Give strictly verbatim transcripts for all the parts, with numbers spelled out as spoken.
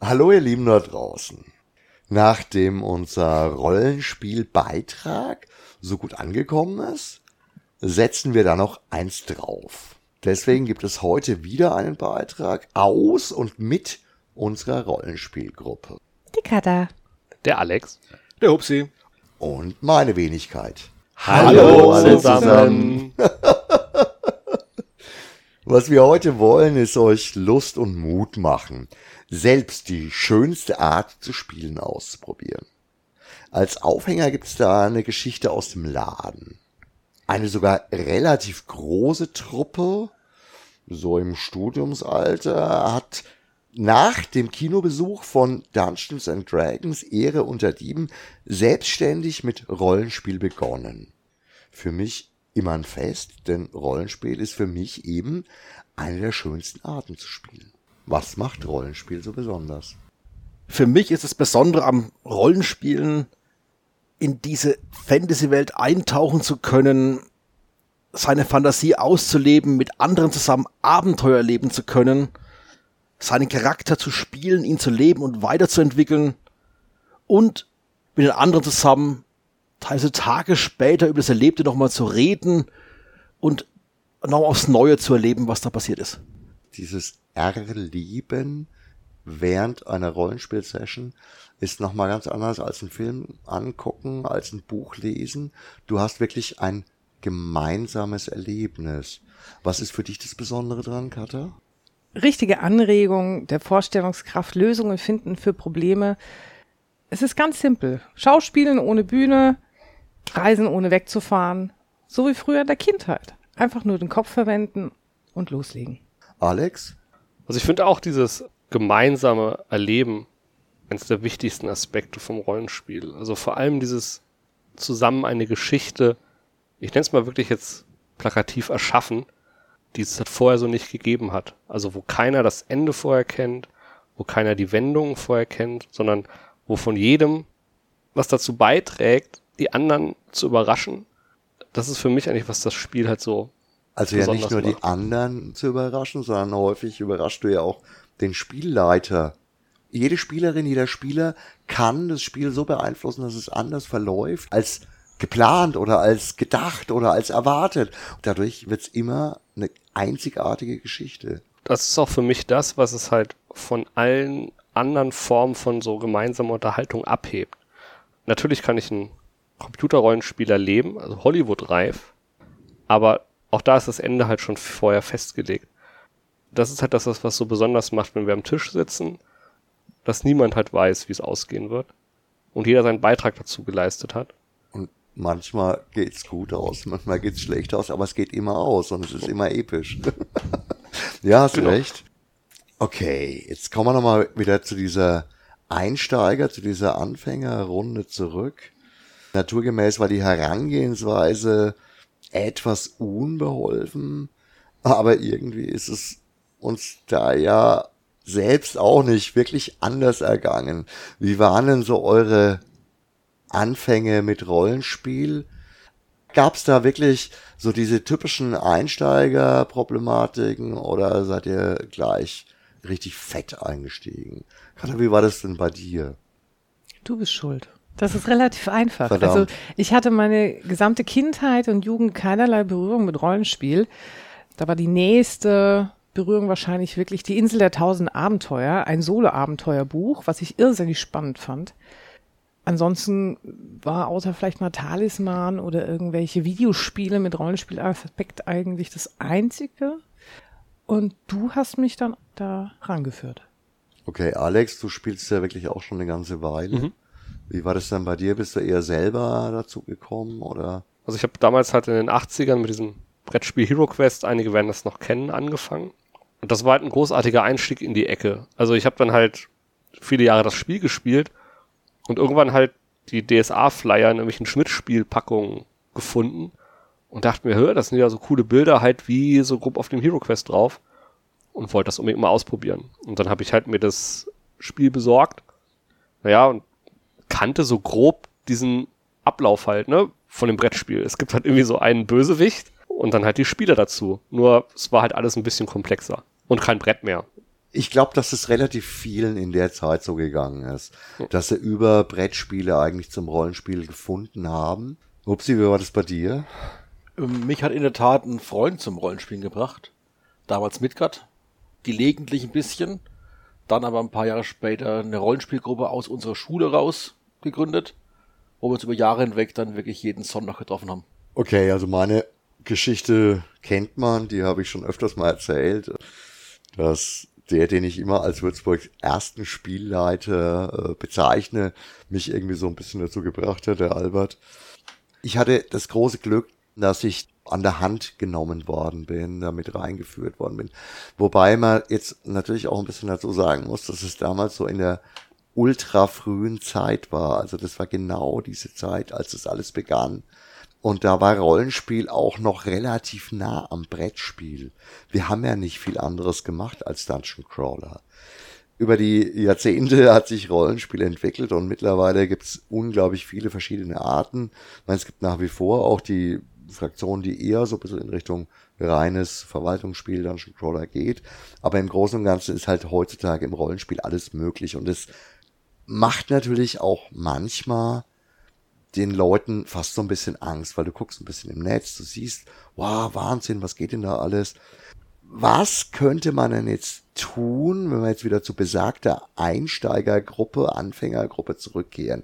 Hallo ihr Lieben da draußen. Nachdem unser Rollenspielbeitrag so gut angekommen ist, setzen wir da noch eins drauf. Deswegen gibt es heute wieder einen Beitrag aus und mit unserer Rollenspielgruppe. Die Katha. Der Alex. Der Hupsi. Und meine Wenigkeit. Hallo, Hallo zusammen. zusammen. Was wir heute wollen, ist euch Lust und Mut machen, selbst die schönste Art zu spielen auszuprobieren. Als Aufhänger gibt es da eine Geschichte aus dem Laden. Eine sogar relativ große Truppe, so im Studiumsalter, hat nach dem Kinobesuch von Dungeons and Dragons Ehre unter Dieben selbstständig mit Rollenspiel begonnen. Für mich immer ein Fest, denn Rollenspiel ist für mich eben eine der schönsten Arten zu spielen. Was macht Rollenspiel so besonders? Für mich ist das Besondere am Rollenspielen, in diese Fantasy-Welt eintauchen zu können, seine Fantasie auszuleben, mit anderen zusammen Abenteuer erleben zu können, seinen Charakter zu spielen, ihn zu leben und weiterzuentwickeln und mit den anderen zusammen teilweise Tage später über das Erlebte nochmal zu reden und noch aufs Neue zu erleben, was da passiert ist. Dieses Erleben während einer Rollenspielsession ist nochmal ganz anders als ein Film angucken, als ein Buch lesen. Du hast wirklich ein gemeinsames Erlebnis. Was ist für dich das Besondere dran, Katha? Richtige Anregung der Vorstellungskraft, Lösungen finden für Probleme. Es ist ganz simpel. Schauspielen ohne Bühne, Reisen ohne wegzufahren, so wie früher in der Kindheit. Einfach nur den Kopf verwenden und loslegen. Alex? Also ich finde auch dieses gemeinsame Erleben eines der wichtigsten Aspekte vom Rollenspiel. Also vor allem dieses zusammen eine Geschichte, ich nenne es mal wirklich jetzt plakativ erschaffen, die es halt vorher so nicht gegeben hat. Also wo keiner das Ende vorher kennt, wo keiner die Wendungen vorher kennt, sondern wo von jedem was dazu beiträgt, die anderen zu überraschen. Das ist für mich eigentlich, was das Spiel halt so Also ja nicht nur macht. Die anderen zu überraschen, sondern häufig überraschst du ja auch den Spielleiter. Jede Spielerin, jeder Spieler kann das Spiel so beeinflussen, dass es anders verläuft als geplant oder als gedacht oder als erwartet. Und dadurch wird's immer eine einzigartige Geschichte. Das ist auch für mich das, was es halt von allen anderen Formen von so gemeinsamer Unterhaltung abhebt. Natürlich kann ich einen Computerrollenspiel erleben, also Hollywood-reif, aber auch da ist das Ende halt schon vorher festgelegt. Das ist halt das, was so besonders macht, wenn wir am Tisch sitzen, dass niemand halt weiß, wie es ausgehen wird und jeder seinen Beitrag dazu geleistet hat. Und manchmal geht's gut aus, manchmal geht's schlecht aus, aber es geht immer aus und es ist immer episch. Ja, hast genau. recht. Okay, jetzt kommen wir nochmal wieder zu dieser Einsteiger, zu dieser Anfängerrunde zurück. Naturgemäß war die Herangehensweise etwas unbeholfen, aber irgendwie ist es uns da ja selbst auch nicht wirklich anders ergangen. Wie waren denn so eure Anfänge mit Rollenspiel? Gab es da wirklich so diese typischen Einsteigerproblematiken oder seid ihr gleich richtig fett eingestiegen? Katha, wie war das denn bei dir? Du bist schuld. Das ist relativ einfach. Verdammt. Also ich hatte meine gesamte Kindheit und Jugend keinerlei Berührung mit Rollenspiel. Da war die nächste Berührung wahrscheinlich wirklich die Insel der tausend Abenteuer, ein Solo-Abenteuerbuch, was ich irrsinnig spannend fand. Ansonsten war außer vielleicht mal Talisman oder irgendwelche Videospiele mit Rollenspielaspekt eigentlich das Einzige. Und du hast mich dann da rangeführt. Okay, Alex, du spielst ja wirklich auch schon eine ganze Weile. Mhm. Wie war das dann bei dir? Bist du eher selber dazu gekommen, oder? Also ich habe damals halt in den achtzigern mit diesem Brettspiel Hero Quest, einige werden das noch kennen, angefangen. Und das war halt ein großartiger Einstieg in die Ecke. Also ich habe dann halt viele Jahre das Spiel gespielt und irgendwann halt die D S A-Flyer in irgendwelchen Schmidt-Spielpackungen gefunden und dachte mir, hör, das sind ja so coole Bilder halt wie so grob auf dem Hero Quest drauf und wollte das unbedingt mal ausprobieren. Und dann habe ich halt mir das Spiel besorgt. Naja, und kannte so grob diesen Ablauf halt, ne, von dem Brettspiel. Es gibt halt irgendwie so einen Bösewicht und dann halt die Spieler dazu. Nur es war halt alles ein bisschen komplexer und kein Brett mehr. Ich glaube, dass es relativ vielen in der Zeit so gegangen ist, dass sie über Brettspiele eigentlich zum Rollenspiel gefunden haben. Upsi, wie war das bei dir? Mich hat in der Tat ein Freund zum Rollenspielen gebracht. Damals Midgard. Gelegentlich ein bisschen. Dann aber ein paar Jahre später eine Rollenspielgruppe aus unserer Schule raus gegründet, wo wir uns über Jahre hinweg dann wirklich jeden Sonntag getroffen haben. Okay, also meine Geschichte kennt man, die habe ich schon öfters mal erzählt, dass der, den ich immer als Würzburgs ersten Spielleiter äh, bezeichne, mich irgendwie so ein bisschen dazu gebracht hat, der Albert. Ich hatte das große Glück, dass ich an der Hand genommen worden bin, damit reingeführt worden bin. Wobei man jetzt natürlich auch ein bisschen dazu sagen muss, dass es damals so in der ultra frühen Zeit war. Also das war genau diese Zeit, als das alles begann. Und da war Rollenspiel auch noch relativ nah am Brettspiel. Wir haben ja nicht viel anderes gemacht als Dungeon Crawler. Über die Jahrzehnte hat sich Rollenspiel entwickelt und mittlerweile gibt es unglaublich viele verschiedene Arten. Ich meine, es gibt nach wie vor auch die Fraktion, die eher so ein bisschen in Richtung reines Verwaltungsspiel, Dungeon Crawler geht. Aber im Großen und Ganzen ist halt heutzutage im Rollenspiel alles möglich. Und es macht natürlich auch manchmal den Leuten fast so ein bisschen Angst, weil du guckst ein bisschen im Netz, du siehst, wow, Wahnsinn, was geht denn da alles? Was könnte man denn jetzt tun, wenn wir jetzt wieder zu besagter Einsteigergruppe, Anfängergruppe zurückkehren?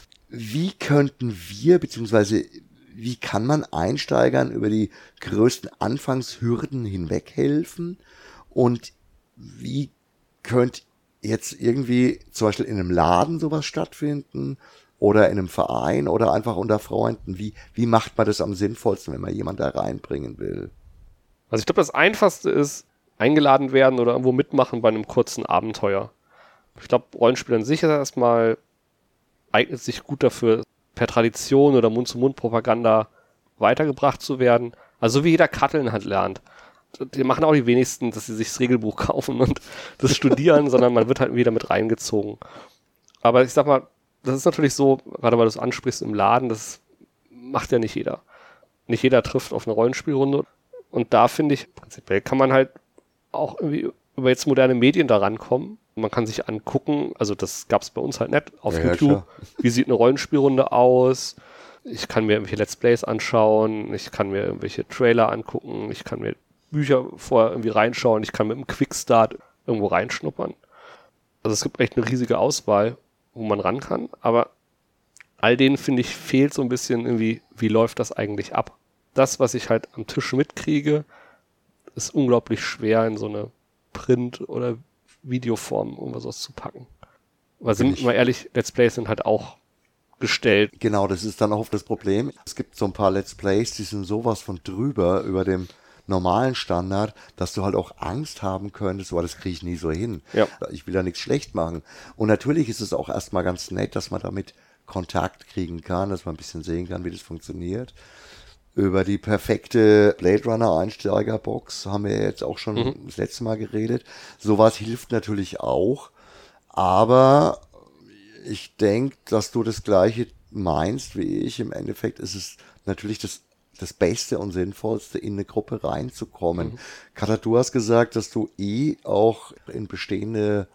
Wie könnten wir, beziehungsweise wie kann man Einsteigern über die größten Anfangshürden hinweg helfen? Und wie könnte jetzt irgendwie zum Beispiel in einem Laden sowas stattfinden? Oder in einem Verein oder einfach unter Freunden? Wie, wie macht man das am sinnvollsten, wenn man jemanden da reinbringen will? Also ich glaube, das Einfachste ist, eingeladen werden oder irgendwo mitmachen bei einem kurzen Abenteuer. Ich glaube, Rollenspiel an sich ist erstmal, eignet sich gut dafür, per Tradition oder Mund-zu-Mund-Propaganda weitergebracht zu werden. Also so wie jeder Katteln halt lernt. Die machen auch die wenigsten, dass sie sich das Regelbuch kaufen und das studieren, sondern man wird halt wieder mit reingezogen. Aber ich sag mal, das ist natürlich so, gerade weil du es ansprichst im Laden, das macht ja nicht jeder. Nicht jeder trifft auf eine Rollenspielrunde. Und da finde ich, prinzipiell kann man halt auch irgendwie über jetzt moderne Medien da rankommen. Man kann sich angucken, also das gab es bei uns halt nicht, auf ja, YouTube, ja, wie sieht eine Rollenspielrunde aus. Ich kann mir irgendwelche Let's Plays anschauen, ich kann mir irgendwelche Trailer angucken, ich kann mir Bücher vorher irgendwie reinschauen, ich kann mit einem Quickstart irgendwo reinschnuppern. Also es gibt echt eine riesige Auswahl, wo man ran kann, aber all denen, finde ich, fehlt so ein bisschen irgendwie, wie läuft das eigentlich ab? Das, was ich halt am Tisch mitkriege, ist unglaublich schwer in so eine Print- oder Videoform irgendwas auszupacken. Weil sind wir mal ehrlich, Let's Plays sind halt auch gestellt. Genau, das ist dann auch oft das Problem. Es gibt so ein paar Let's Plays, die sind sowas von drüber über dem normalen Standard, dass du halt auch Angst haben könntest, oh, das kriege ich nie so hin. Ja. Ich will da nichts schlecht machen. Und natürlich ist es auch erstmal ganz nett, dass man damit Kontakt kriegen kann, dass man ein bisschen sehen kann, wie das funktioniert. Über die perfekte Blade Runner Einsteigerbox haben wir jetzt auch schon mhm. das letzte Mal geredet. Sowas hilft natürlich auch, aber ich denke, dass du das Gleiche meinst wie ich. Im Endeffekt ist es natürlich das das Beste und Sinnvollste, in eine Gruppe reinzukommen. Mhm. Katha, du hast gesagt, dass du eh auch in bestehende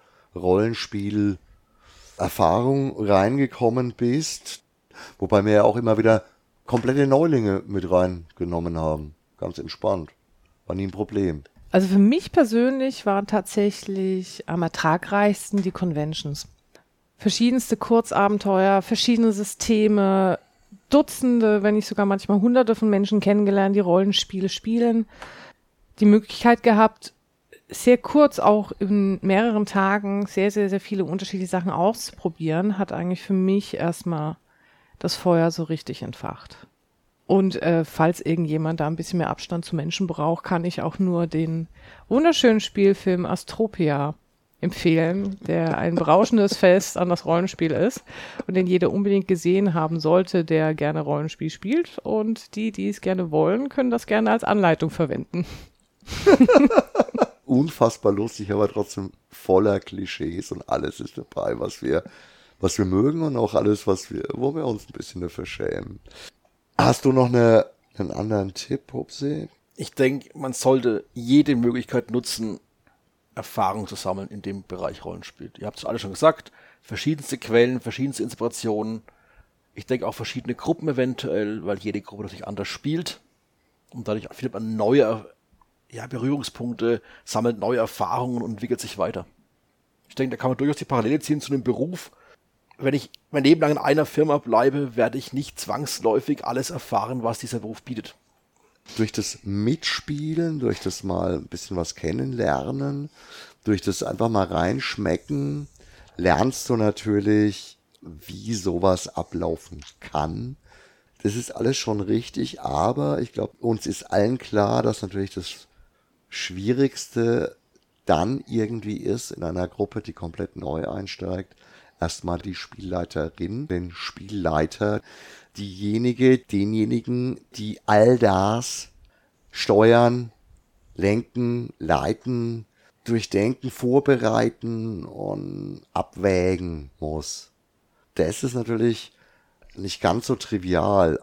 Rollenspiel-Erfahrung reingekommen bist, wobei wir ja auch immer wieder komplette Neulinge mit reingenommen haben. Ganz entspannt. War nie ein Problem. Also für mich persönlich waren tatsächlich am ertragreichsten die Conventions. Verschiedenste Kurzabenteuer, verschiedene Systeme, Dutzende, wenn nicht sogar manchmal Hunderte von Menschen kennengelernt, die Rollenspiele spielen. Die Möglichkeit gehabt, sehr kurz auch in mehreren Tagen sehr, sehr, sehr viele unterschiedliche Sachen auszuprobieren, hat eigentlich für mich erstmal das Feuer so richtig entfacht. Und äh, falls irgendjemand da ein bisschen mehr Abstand zu Menschen braucht, kann ich auch nur den wunderschönen Spielfilm Astropia empfehlen, der ein berauschendes Fest an das Rollenspiel ist und den jeder unbedingt gesehen haben sollte, der gerne Rollenspiel spielt. Und die, die es gerne wollen, können das gerne als Anleitung verwenden. Unfassbar lustig, aber trotzdem voller Klischees und alles ist dabei, was wir, was wir mögen und auch alles, was wir, wo wir uns ein bisschen dafür schämen. Hast du noch eine, einen anderen Tipp, Hupsi? Ich denke, man sollte jede Möglichkeit nutzen, Erfahrung zu sammeln in dem Bereich Rollenspiel. Ihr habt es alle schon gesagt, verschiedenste Quellen, verschiedenste Inspirationen. Ich denke auch verschiedene Gruppen eventuell, weil jede Gruppe natürlich anders spielt. Und dadurch findet man neue ja, Berührungspunkte, sammelt neue Erfahrungen und entwickelt sich weiter. Ich denke, da kann man durchaus die Parallele ziehen zu einem Beruf. Wenn ich mein Leben lang in einer Firma bleibe, werde ich nicht zwangsläufig alles erfahren, was dieser Beruf bietet. Durch das Mitspielen, durch das mal ein bisschen was kennenlernen, durch das einfach mal reinschmecken, lernst du natürlich, wie sowas ablaufen kann. Das ist alles schon richtig, aber ich glaube, uns ist allen klar, dass natürlich das Schwierigste dann irgendwie ist in einer Gruppe, die komplett neu einsteigt, erstmal die Spielleiterin, den Spielleiter, diejenige, denjenigen, die all das steuern, lenken, leiten, durchdenken, vorbereiten und abwägen muss. Das ist natürlich nicht ganz so trivial.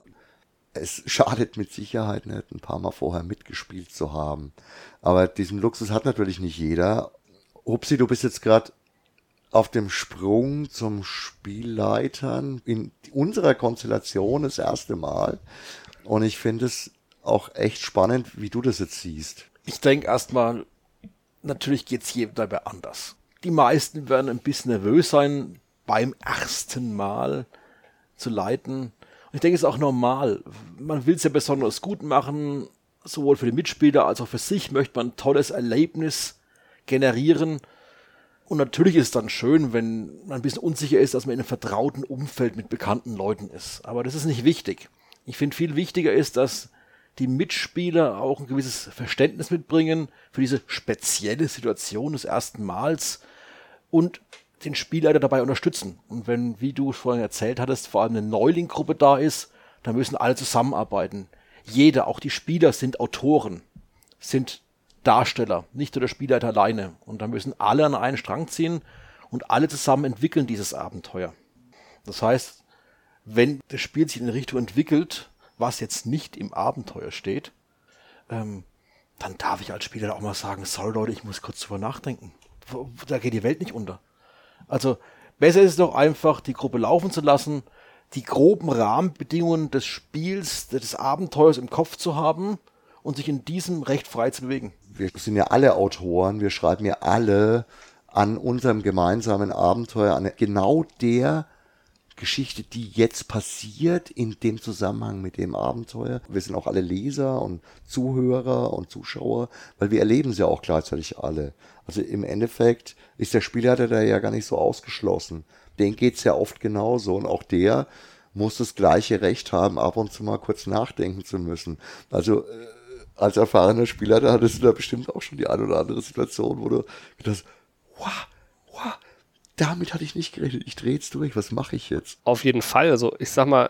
Es schadet mit Sicherheit nicht, ein paar Mal vorher mitgespielt zu haben. Aber diesen Luxus hat natürlich nicht jeder. Hupsi, du bist jetzt gerade auf dem Sprung zum Spielleitern in unserer Konstellation das erste Mal. Und ich finde es auch echt spannend, wie du das jetzt siehst. Ich denke erstmal, natürlich geht es jedem dabei anders. Die meisten werden ein bisschen nervös sein, beim ersten Mal zu leiten. Und ich denke, es ist auch normal. Man will es ja besonders gut machen, sowohl für die Mitspieler als auch für sich möchte man ein tolles Erlebnis generieren. Und natürlich ist es dann schön, wenn man ein bisschen unsicher ist, dass man in einem vertrauten Umfeld mit bekannten Leuten ist. Aber das ist nicht wichtig. Ich finde, viel wichtiger ist, dass die Mitspieler auch ein gewisses Verständnis mitbringen für diese spezielle Situation des ersten Mals und den Spielleiter dabei unterstützen. Und wenn, wie du vorhin erzählt hattest, vor allem eine Neuling-Gruppe da ist, dann müssen alle zusammenarbeiten. Jeder, auch die Spieler, sind Autoren, sind Darsteller, nicht nur der Spielleiter alleine. Und da müssen alle an einen Strang ziehen und alle zusammen entwickeln dieses Abenteuer. Das heißt, wenn das Spiel sich in eine Richtung entwickelt, was jetzt nicht im Abenteuer steht, ähm, dann darf ich als Spieler auch mal sagen, sorry Leute, ich muss kurz drüber nachdenken. Da geht die Welt nicht unter. Also besser ist es doch einfach, die Gruppe laufen zu lassen, die groben Rahmenbedingungen des Spiels, des Abenteuers im Kopf zu haben und sich in diesem recht frei zu bewegen. Wir sind ja alle Autoren, wir schreiben ja alle an unserem gemeinsamen Abenteuer, an genau der Geschichte, die jetzt passiert in dem Zusammenhang mit dem Abenteuer. Wir sind auch alle Leser und Zuhörer und Zuschauer, weil wir erleben sie ja auch gleichzeitig alle. Also im Endeffekt ist der Spielleiter da ja gar nicht so ausgeschlossen. Den geht's ja oft genauso und auch der muss das gleiche Recht haben, ab und zu mal kurz nachdenken zu müssen. Also äh, als erfahrener Spielleiter hattest du da bestimmt auch schon die eine oder andere Situation, wo du gedacht hast, wow, wow, damit hatte ich nicht gerechnet. Ich drehe jetzt durch. Was mache ich jetzt? Auf jeden Fall. Also ich sag mal,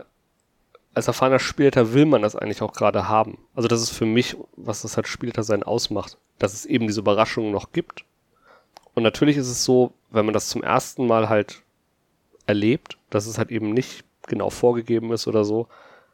als erfahrener Spielleiter will man das eigentlich auch gerade haben. Also das ist für mich, was das halt Spielleiter sein ausmacht. Dass es eben diese Überraschungen noch gibt. Und natürlich ist es so, wenn man das zum ersten Mal halt erlebt, dass es halt eben nicht genau vorgegeben ist oder so,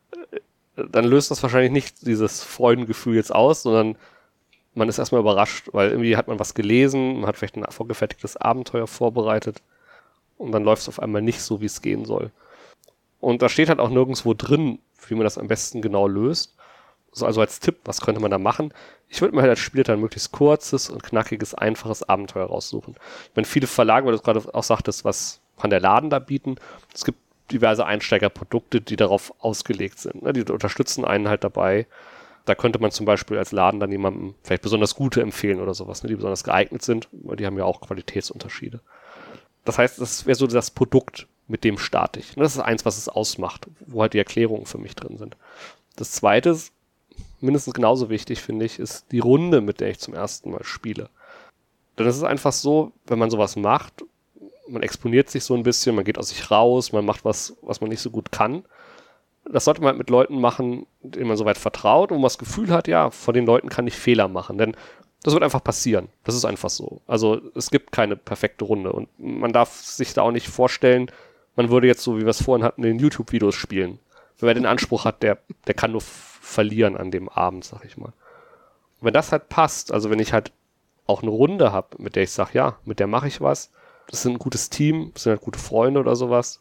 dann löst das wahrscheinlich nicht dieses Freudengefühl jetzt aus, sondern man ist erstmal überrascht, weil irgendwie hat man was gelesen, man hat vielleicht ein vorgefertigtes Abenteuer vorbereitet und dann läuft es auf einmal nicht so, wie es gehen soll. Und da steht halt auch nirgendwo drin, wie man das am besten genau löst. So, also als Tipp, was könnte man da machen? Ich würde mir halt als Spielleiter ein möglichst kurzes und knackiges, einfaches Abenteuer raussuchen. Ich meine, viele Verlage, weil du gerade auch sagtest, was kann der Laden da bieten? Es gibt diverse Einsteigerprodukte, die darauf ausgelegt sind. Ne? Die unterstützen einen halt dabei. Da könnte man zum Beispiel als Laden dann jemandem vielleicht besonders gute empfehlen oder sowas, ne, die besonders geeignet sind, weil die haben ja auch Qualitätsunterschiede. Das heißt, das wäre so das Produkt, mit dem starte ich. Und das ist eins, was es ausmacht, wo halt die Erklärungen für mich drin sind. Das zweite, mindestens genauso wichtig, finde ich, ist die Runde, mit der ich zum ersten Mal spiele. Denn es ist einfach so, wenn man sowas macht, man exponiert sich so ein bisschen, man geht aus sich raus, man macht was, was man nicht so gut kann. Das sollte man halt mit Leuten machen, denen man soweit vertraut und wo man das Gefühl hat, ja, vor den Leuten kann ich Fehler machen, denn das wird einfach passieren. Das ist einfach so. Also es gibt keine perfekte Runde und man darf sich da auch nicht vorstellen, man würde jetzt so, wie wir es vorhin hatten, in den YouTube-Videos spielen. Wer den Anspruch hat, der, der kann nur f- verlieren an dem Abend, sag ich mal. Und wenn das halt passt, also wenn ich halt auch eine Runde habe, mit der ich sage, ja, mit der mache ich was. Das sind ein gutes Team, das sind halt gute Freunde oder sowas.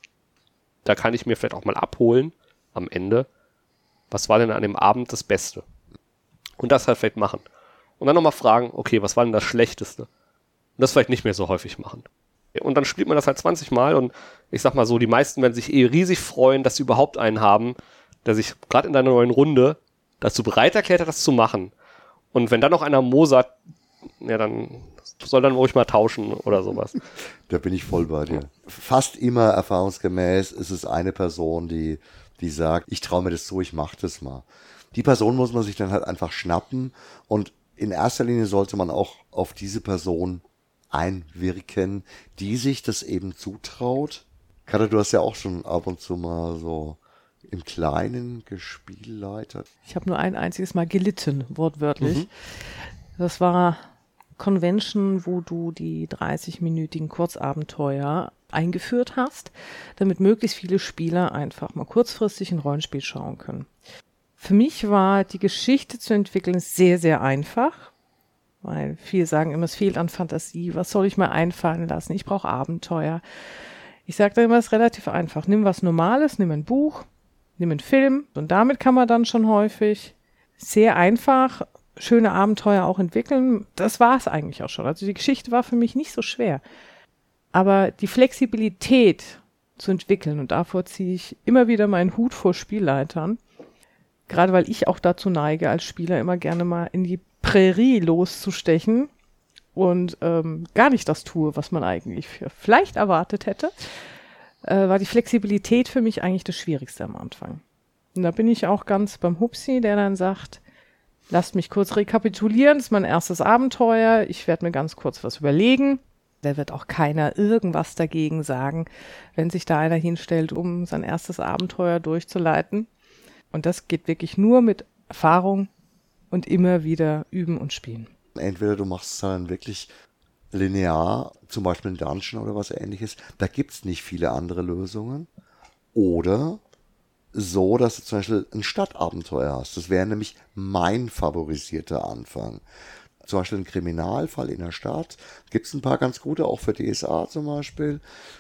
Da kann ich mir vielleicht auch mal abholen am Ende, was war denn an dem Abend das Beste? Und das halt vielleicht machen. Und dann nochmal fragen, okay, was war denn das Schlechteste? Und das vielleicht nicht mehr so häufig machen. Und dann spielt man das halt zwanzig Mal und ich sag mal so, die meisten werden sich eh riesig freuen, dass sie überhaupt einen haben, der sich gerade in deiner neuen Runde dazu bereit erklärt hat, das zu machen. Und wenn dann noch einer mosert, ja, dann soll dann ruhig mal tauschen oder sowas. Da bin ich voll bei dir. Fast immer erfahrungsgemäß ist es eine Person, die, die sagt, ich traue mir das zu, ich mache das mal. Die Person muss man sich dann halt einfach schnappen und in erster Linie sollte man auch auf diese Person einwirken, die sich das eben zutraut. Katja, du hast ja auch schon ab und zu mal so im Kleinen gespielleitet. Ich habe nur ein einziges Mal gelitten, wortwörtlich. Mhm. Das war Convention, wo du die dreißig-minütigen Kurzabenteuer eingeführt hast, damit möglichst viele Spieler einfach mal kurzfristig ein Rollenspiel schauen können. Für mich war die Geschichte zu entwickeln sehr, sehr einfach, weil viele sagen immer, es fehlt an Fantasie, was soll ich mir einfallen lassen, ich brauche Abenteuer. Ich sage da immer, es ist relativ einfach, nimm was Normales, nimm ein Buch, nimm einen Film und damit kann man dann schon häufig sehr einfach schöne Abenteuer auch entwickeln. Das war es eigentlich auch schon. Also die Geschichte war für mich nicht so schwer. Aber die Flexibilität zu entwickeln, und davor ziehe ich immer wieder meinen Hut vor Spielleitern, gerade weil ich auch dazu neige, als Spieler immer gerne mal in die Prärie loszustechen und ähm, gar nicht das tue, was man eigentlich für vielleicht erwartet hätte, äh, war die Flexibilität für mich eigentlich das Schwierigste am Anfang. Und da bin ich auch ganz beim Hupsi, der dann sagt, lasst mich kurz rekapitulieren, das ist mein erstes Abenteuer, ich werde mir ganz kurz was überlegen. Da wird auch keiner irgendwas dagegen sagen, wenn sich da einer hinstellt, um sein erstes Abenteuer durchzuleiten. Und das geht wirklich nur mit Erfahrung und immer wieder üben und spielen. Entweder du machst es dann wirklich linear, zum Beispiel ein Dungeon oder was ähnliches, da gibt es nicht viele andere Lösungen. Oder so, dass du zum Beispiel ein Stadtabenteuer hast. Das wäre nämlich mein favorisierter Anfang. Zum Beispiel ein Kriminalfall in der Stadt. Gibt es ein paar ganz gute, auch für D S A zum Beispiel.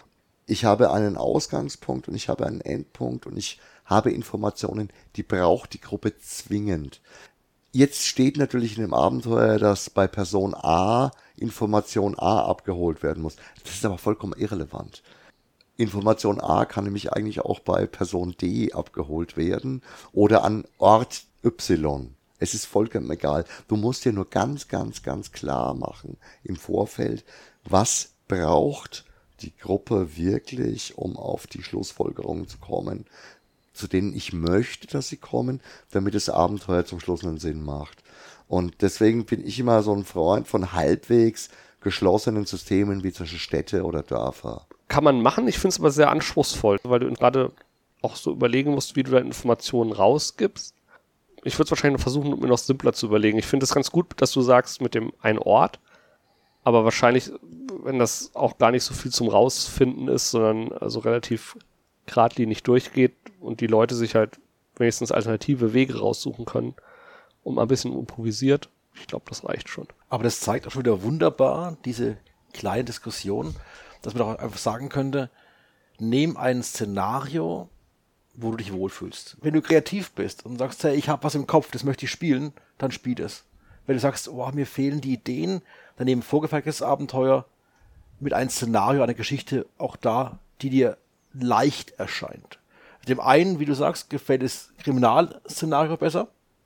Ich habe einen Ausgangspunkt und ich habe einen Endpunkt und ich habe Informationen, die braucht die Gruppe zwingend. Jetzt steht natürlich in dem Abenteuer, dass bei Person A Information A abgeholt werden muss. Das ist aber vollkommen irrelevant. Information A kann nämlich eigentlich auch bei Person D abgeholt werden oder an Ort Y. Es ist vollkommen egal. Du musst dir nur ganz, ganz, ganz klar machen im Vorfeld, was braucht die Gruppe wirklich, um auf die Schlussfolgerungen zu kommen, zu denen ich möchte, dass sie kommen, damit das Abenteuer zum Schluss einen Sinn macht. Und deswegen bin ich immer so ein Freund von halbwegs geschlossenen Systemen wie zum Beispiel Städte oder Dörfer. Kann man machen, ich finde es aber sehr anspruchsvoll, weil du gerade auch so überlegen musst, wie du deine Informationen rausgibst. Ich würde es wahrscheinlich versuchen, mir noch simpler zu überlegen. Ich finde es ganz gut, dass du sagst, mit dem einen Ort, aber wahrscheinlich, wenn das auch gar nicht so viel zum Rausfinden ist, sondern also relativ geradlinig durchgeht und die Leute sich halt wenigstens alternative Wege raussuchen können, um ein bisschen improvisiert. Ich glaube, das reicht schon. Aber das zeigt auch schon wieder wunderbar, diese kleine Diskussion, dass man doch einfach sagen könnte, nehm ein Szenario, wo du dich wohlfühlst. Wenn du kreativ bist und sagst, hey, ich habe was im Kopf, das möchte ich spielen, dann spiel es. Wenn du sagst, oh, mir fehlen die Ideen, dann nimm ein vorgefertigtes Abenteuer mit einem Szenario, einer Geschichte, auch da, die dir leicht erscheint. Dem einen, wie du sagst, gefällt das Kriminalszenario besser.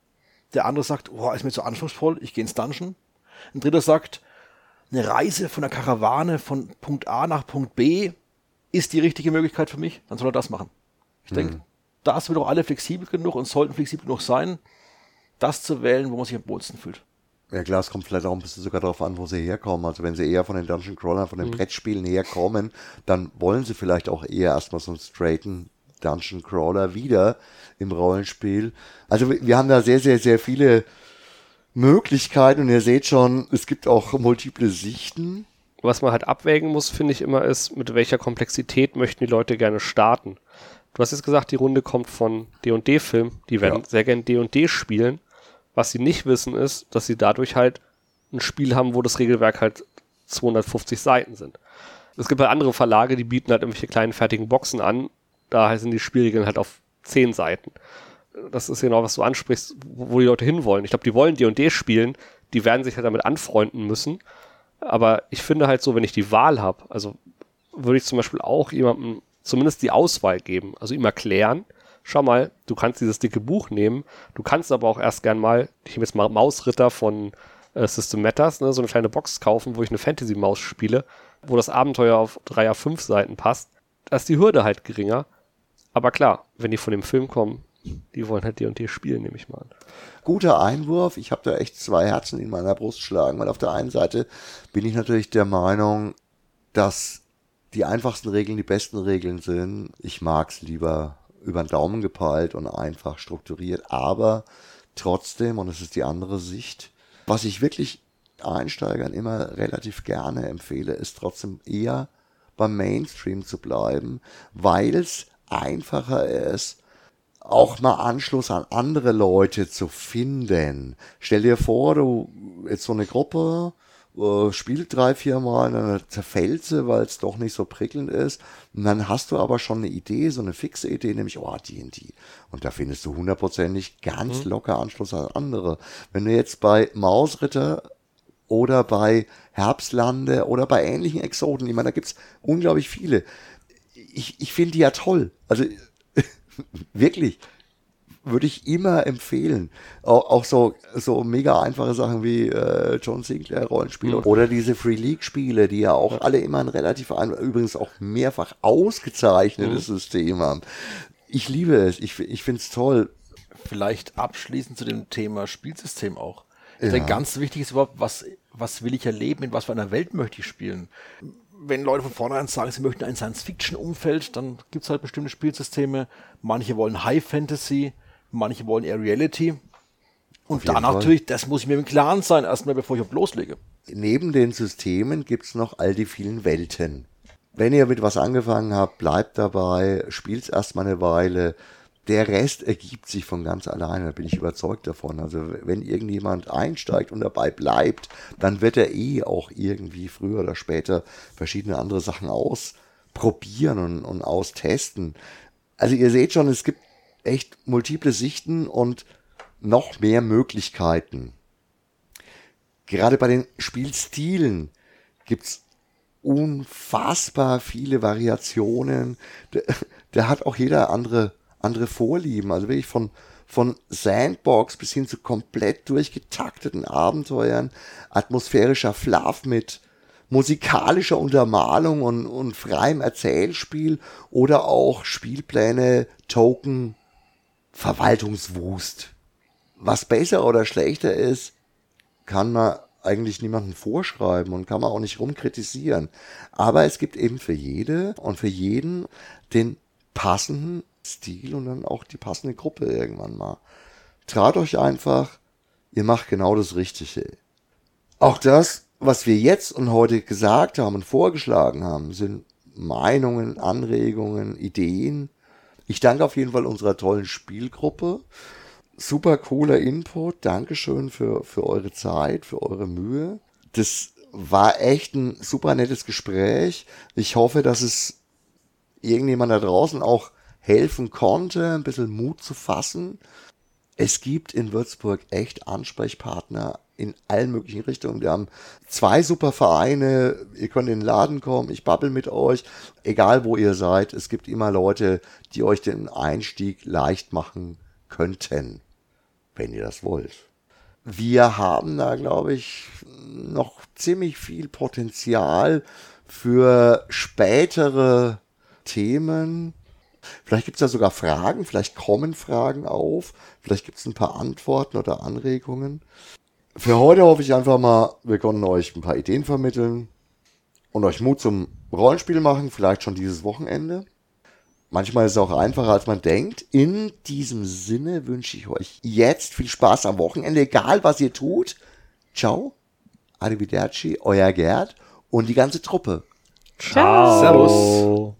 Der andere sagt, oh, ist mir zu anspruchsvoll, ich gehe ins Dungeon. Ein dritter sagt, eine Reise von der Karawane von Punkt A nach Punkt B ist die richtige Möglichkeit für mich, dann soll er das machen. Ich mhm. denke, da sind wir doch alle flexibel genug und sollten flexibel genug sein, das zu wählen, wo man sich am wohlsten fühlt. Ja klar, es kommt vielleicht auch ein bisschen sogar darauf an, wo sie herkommen. Also wenn sie eher von den Dungeon Crawlern, von den mhm. Brettspielen herkommen, dann wollen sie vielleicht auch eher erstmal so einen straighten Dungeon Crawler wieder im Rollenspiel. Also wir haben da sehr, sehr, sehr viele Möglichkeiten und ihr seht schon, es gibt auch multiple Sichten. Was man halt abwägen muss, finde ich immer, ist, mit welcher Komplexität möchten die Leute gerne starten. Du hast jetzt gesagt, die Runde kommt von D und D-Film. Die werden ja. sehr gerne D und D spielen. Was sie nicht wissen ist, dass sie dadurch halt ein Spiel haben, wo das Regelwerk halt zweihundertfünfzig Seiten sind. Es gibt halt andere Verlage, die bieten halt irgendwelche kleinen fertigen Boxen an. Da sind die Spielregeln halt auf zehn Seiten. Das ist genau, was du ansprichst, wo die Leute hinwollen. Ich glaube, die wollen D und D spielen, die werden sich halt damit anfreunden müssen. Aber ich finde halt so, wenn ich die Wahl habe, also würde ich zum Beispiel auch jemandem zumindest die Auswahl geben. Also ihm erklären, schau mal, du kannst dieses dicke Buch nehmen, du kannst aber auch erst gern mal, ich nehme jetzt mal Mausritter von äh, System Matters, ne, so eine kleine Box kaufen, wo ich eine Fantasy-Maus spiele, wo das Abenteuer auf drei A fünf Seiten passt. Da ist die Hürde halt geringer. Aber klar, wenn die von dem Film kommen, die wollen halt D und D spielen, nehme ich mal an. Guter Einwurf. Ich habe da echt zwei Herzen in meiner Brust schlagen, weil auf der einen Seite bin ich natürlich der Meinung, dass die einfachsten Regeln die besten Regeln sind. Ich mag's lieber über den Daumen gepeilt und einfach strukturiert, aber trotzdem, und das ist die andere Sicht, was ich wirklich Einsteigern immer relativ gerne empfehle, ist trotzdem eher beim Mainstream zu bleiben, weil es einfacher ist, auch mal Anschluss an andere Leute zu finden. Stell dir vor, du jetzt so eine Gruppe äh, spielt drei, vier Mal, dann zerfällt sie, weil es doch nicht so prickelnd ist. Und dann hast du aber schon eine Idee, so eine fixe Idee, nämlich, oh, D und D. Und da findest du hundertprozentig ganz mhm. locker Anschluss an andere. Wenn du jetzt bei Mausritter oder bei Herbstlande oder bei ähnlichen Exoten, ich meine, da gibt's unglaublich viele. Ich, ich finde die ja toll. Also wirklich, würde ich immer empfehlen. Auch, auch so, so mega einfache Sachen wie äh, John Sinclair Rollenspiele mhm. oder diese Free League Spiele, die ja auch ja. alle immer ein relativ, ein, übrigens auch mehrfach ausgezeichnetes mhm. System haben. Ich liebe es, ich, ich finde es toll. Vielleicht abschließend zu dem Thema Spielsystem auch. Ja. Denn ganz wichtig ist überhaupt, was, was will ich erleben, in was für einer Welt möchte ich spielen. Wenn Leute von vornherein sagen, sie möchten ein Science-Fiction-Umfeld, dann gibt es halt bestimmte Spielsysteme. Manche wollen High-Fantasy, manche wollen eher Reality. Und dann natürlich, das muss ich mir im Klaren sein, erstmal bevor ich loslege. Neben den Systemen gibt es noch all die vielen Welten. Wenn ihr mit was angefangen habt, bleibt dabei, spielt's erstmal eine Weile. Der Rest ergibt sich von ganz alleine, da bin ich überzeugt davon. Also wenn irgendjemand einsteigt und dabei bleibt, dann wird er eh auch irgendwie früher oder später verschiedene andere Sachen ausprobieren und, und austesten. Also ihr seht schon, es gibt echt multiple Sichten und noch mehr Möglichkeiten. Gerade bei den Spielstilen gibt's unfassbar viele Variationen. Da, da hat auch jeder andere andere Vorlieben, also wirklich von, von Sandbox bis hin zu komplett durchgetakteten Abenteuern, atmosphärischer Fluff mit musikalischer Untermalung und, und freiem Erzählspiel oder auch Spielpläne, Token, Verwaltungswust. Was besser oder schlechter ist, kann man eigentlich niemandem vorschreiben und kann man auch nicht rumkritisieren. Aber es gibt eben für jede und für jeden den passenden Stil und dann auch die passende Gruppe irgendwann mal. Traut euch einfach, ihr macht genau das Richtige. Auch das, was wir jetzt und heute gesagt haben und vorgeschlagen haben, sind Meinungen, Anregungen, Ideen. Ich danke auf jeden Fall unserer tollen Spielgruppe. Super cooler Input. Dankeschön für, für eure Zeit, für eure Mühe. Das war echt ein super nettes Gespräch. Ich hoffe, dass es irgendjemand da draußen auch helfen konnte, ein bisschen Mut zu fassen. Es gibt in Würzburg echt Ansprechpartner in allen möglichen Richtungen. Wir haben zwei super Vereine, ihr könnt in den Laden kommen, ich babbel mit euch, egal wo ihr seid, es gibt immer Leute, die euch den Einstieg leicht machen könnten, wenn ihr das wollt. Wir haben da, glaube ich, noch ziemlich viel Potenzial für spätere Themen. Vielleicht gibt es da sogar Fragen, vielleicht kommen Fragen auf, vielleicht gibt es ein paar Antworten oder Anregungen. Für heute hoffe ich einfach mal, wir konnten euch ein paar Ideen vermitteln und euch Mut zum Rollenspiel machen, vielleicht schon dieses Wochenende. Manchmal ist es auch einfacher, als man denkt. In diesem Sinne wünsche ich euch jetzt viel Spaß am Wochenende, egal was ihr tut. Ciao, arrivederci, euer Gerd und die ganze Truppe. Ciao. Servus.